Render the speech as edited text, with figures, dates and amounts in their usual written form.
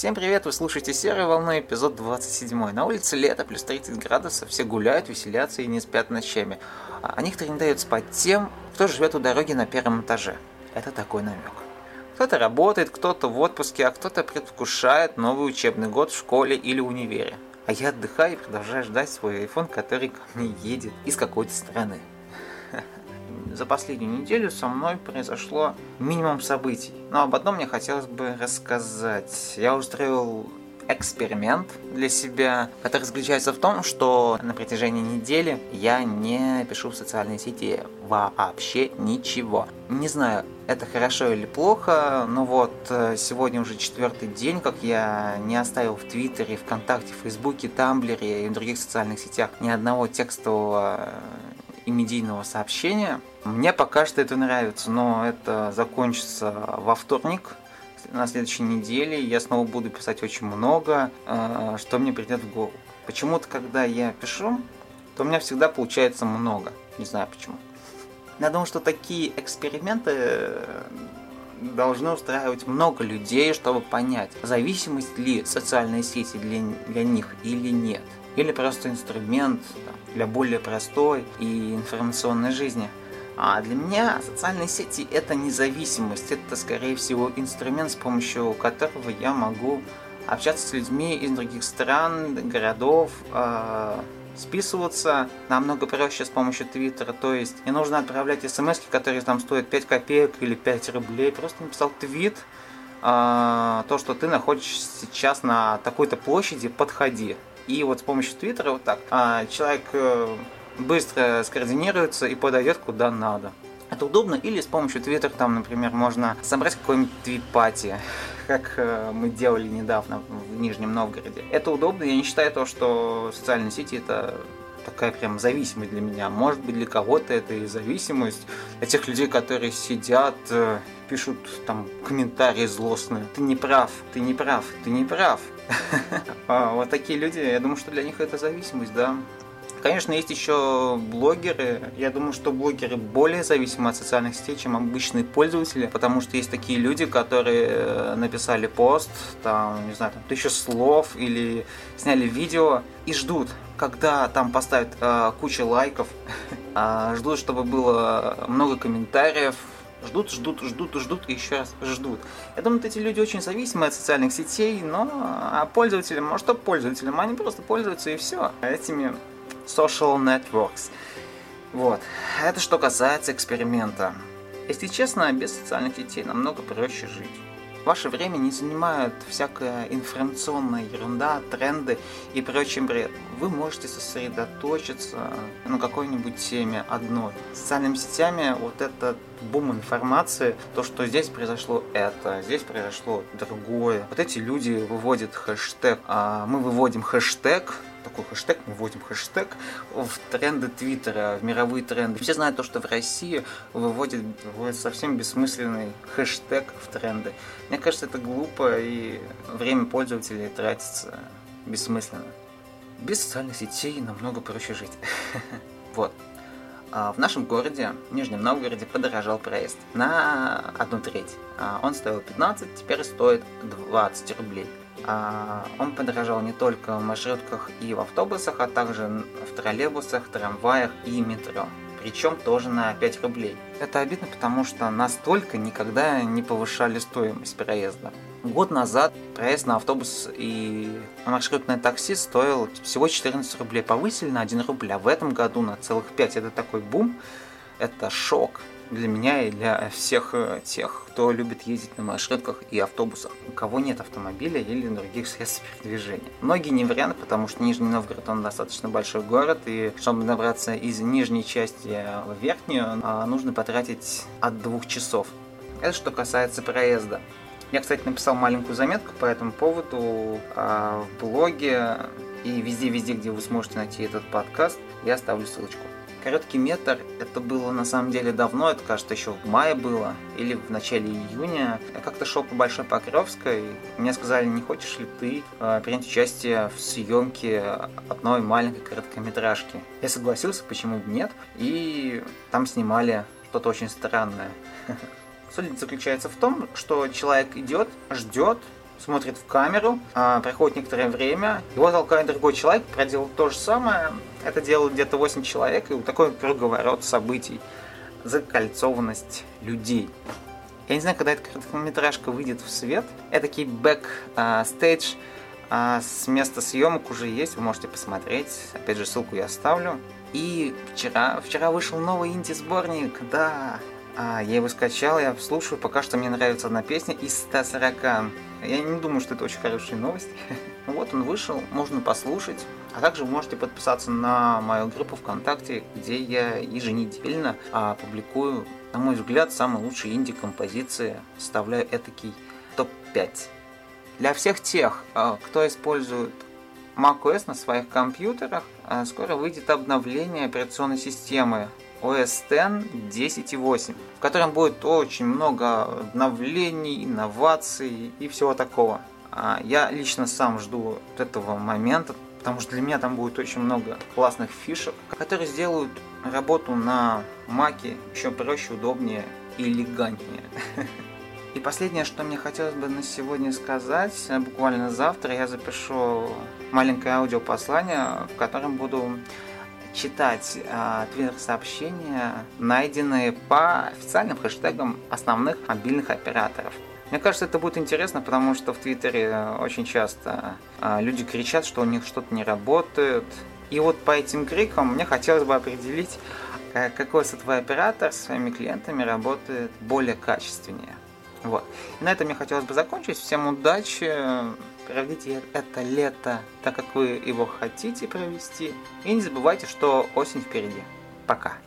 Всем привет, вы слушаете «Серую волну», эпизод 27. На улице лето, плюс 30 градусов, все гуляют, веселятся и не спят ночами. А некоторые не дают спать тем, кто живет у дороги на первом этаже. Это такой намек. Кто-то работает, кто-то в отпуске, а кто-то предвкушает новый учебный год в школе или универе. А я отдыхаю и продолжаю ждать свой iPhone, который ко мне едет из какой-то страны. За последнюю неделю со мной произошло минимум событий. Но об одном мне хотелось бы рассказать. Я устроил эксперимент для себя, который заключается в том, что на протяжении недели я не пишу в социальные сети вообще ничего. Не знаю, это хорошо или плохо, но вот сегодня уже 4-й день, как я не оставил в Твиттере, ВКонтакте, Фейсбуке, Тамблере и в других социальных сетях ни одного текстового и медийного сообщения. Мне пока что это нравится, но это закончится во вторник, на следующей неделе. Я снова буду писать очень много, что мне придет в голову. Почему-то, когда я пишу, то у меня всегда получается много. Не знаю почему. Я думаю, что такие эксперименты должны устраивать много людей, чтобы понять, зависимость ли социальной сети для них или нет. Или просто инструмент для более простой и информационной жизни. А для меня социальные сети – это независимость. Это, скорее всего, инструмент, с помощью которого я могу общаться с людьми из других стран, городов, списываться намного проще с помощью Твиттера. То есть не нужно отправлять смс-ки, которые там стоят 5 копеек или 5 рублей. Просто написал твит, то, что ты находишься сейчас на такой-то площади, подходи. И вот с помощью Твиттера вот так человек быстро скоординируется и подойдет куда надо. Это удобно. Или с помощью Твиттера, там, например, можно собрать какой-нибудь твит-пати, как мы делали недавно в Нижнем Новгороде. Это удобно. Я не считаю то, что социальные сети это такая прям зависимость для меня. Может быть, для кого-то это и зависимость. Для тех людей, которые сидят, пишут там комментарии злостные. Ты не прав, ты не прав, ты не прав. Вот такие люди, я думаю, что для них это зависимость, да. Конечно, есть еще блогеры. Я думаю, что блогеры более зависимы от социальных сетей, чем обычные пользователи, потому что есть такие люди, которые написали пост, там, не знаю, там, 1000 слов или сняли видео и ждут, когда там поставят кучу лайков, ждут, чтобы было много комментариев. Ждут и еще раз ждут. Я думаю, эти люди очень зависимы от социальных сетей, но пользователям, что пользователям, они просто пользуются и все этими social networks. Вот. Это что касается эксперимента. Если честно, без социальных сетей намного проще жить. Ваше время не занимает всякая информационная ерунда, тренды и прочий бред. Вы можете сосредоточиться на какой-нибудь теме одной. С социальными сетями вот этот бум информации, то, что здесь произошло это, здесь произошло другое. Вот эти люди выводят хэштег, а мы выводим хэштег, такой хэштег, мы вводим хэштег в тренды Твиттера, в мировые тренды. Все знают то, что в России выводят совсем бессмысленный хэштег в тренды. Мне кажется, это глупо, и время пользователей тратится бессмысленно. Без социальных сетей намного проще жить. Вот. В нашем городе, в Нижнем Новгороде, подорожал проезд на 1/3. Он стоил 15, теперь стоит 20 рублей. Он подорожал не только в маршрутках и в автобусах, а также в троллейбусах, трамваях и метро. Причем тоже на 5 рублей. Это обидно, потому что настолько никогда не повышали стоимость проезда. Год назад проезд на автобус и на маршрутное такси стоил всего 14 рублей. Повысили на 1 рубль, а в этом году на целых 5. Это такой бум. Это шок для меня и для всех тех, кто любит ездить на маршрутках и автобусах, у кого нет автомобиля или других средств передвижения. Многие не вариант, потому что Нижний Новгород, он достаточно большой город, и чтобы добраться из нижней части в верхнюю, нужно потратить от 2 часов. Это что касается проезда. Я, кстати, написал маленькую заметку по этому поводу в блоге, и везде, где вы сможете найти этот подкаст, я оставлю ссылочку. Короткий метр, это было на самом деле давно, это, кажется, еще в мае было, или в начале июня. Я как-то шел по Большой Покровской, и мне сказали, не хочешь ли ты принять участие в съемке одной маленькой короткометражки. Я согласился, почему бы нет, и там снимали что-то очень странное. Суть заключается в том, что человек идет, ждет, смотрит в камеру, проходит некоторое время, его толкает другой человек, проделал то же самое. Это делают где-то 8 человек, и вот такой круговорот событий. Закольцованность людей. Я не знаю, когда эта короткометражка выйдет в свет. Этакий бэк-стейдж с места съемок уже есть, вы можете посмотреть. Опять же, ссылку я оставлю. И вчера вышел новый инди-сборник, да. Я его скачал, я слушаю, пока что мне нравится одна песня из 140. Я не думаю, что это очень хорошие новости. Вот он вышел, можно послушать. А также вы можете подписаться на мою группу ВКонтакте, где я еженедельно публикую, на мой взгляд, самые лучшие инди-композиции. Составляю этакий топ-5. Для всех тех, кто использует macOS на своих компьютерах, скоро выйдет обновление операционной системы OS X 10.8, в котором будет очень много обновлений, инноваций и всего такого. Я лично сам жду этого момента, потому что для меня там будет очень много классных фишек, которые сделают работу на Маке еще проще, удобнее и элегантнее. И последнее, что мне хотелось бы на сегодня сказать, буквально завтра я запишу маленькое аудиопослание, в котором буду читать твиттер-сообщения, найденные по официальным хэштегам основных мобильных операторов. Мне кажется, это будет интересно, потому что в Твиттере очень часто люди кричат, что у них что-то не работает. И вот по этим крикам мне хотелось бы определить, какой сотовый оператор со своими клиентами работает более качественнее. Вот. И на этом мне хотелось бы закончить. Всем удачи, проведите это лето так, как вы его хотите провести. И не забывайте, что осень впереди. Пока.